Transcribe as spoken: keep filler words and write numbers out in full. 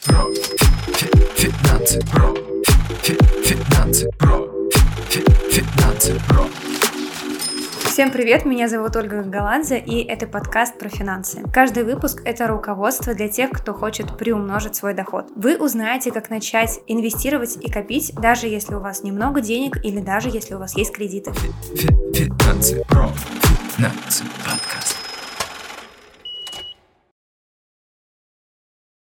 про. Финансы про. Финансы про. Финансы про. Всем привет, меня зовут Ольга Гагаладзе, и это подкаст про финансы. Каждый выпуск – это руководство для тех, кто хочет приумножить свой доход. Вы узнаете, как начать инвестировать и копить, даже если у вас немного денег или даже если у вас есть кредиты. Финансы про. Финансы подкаст.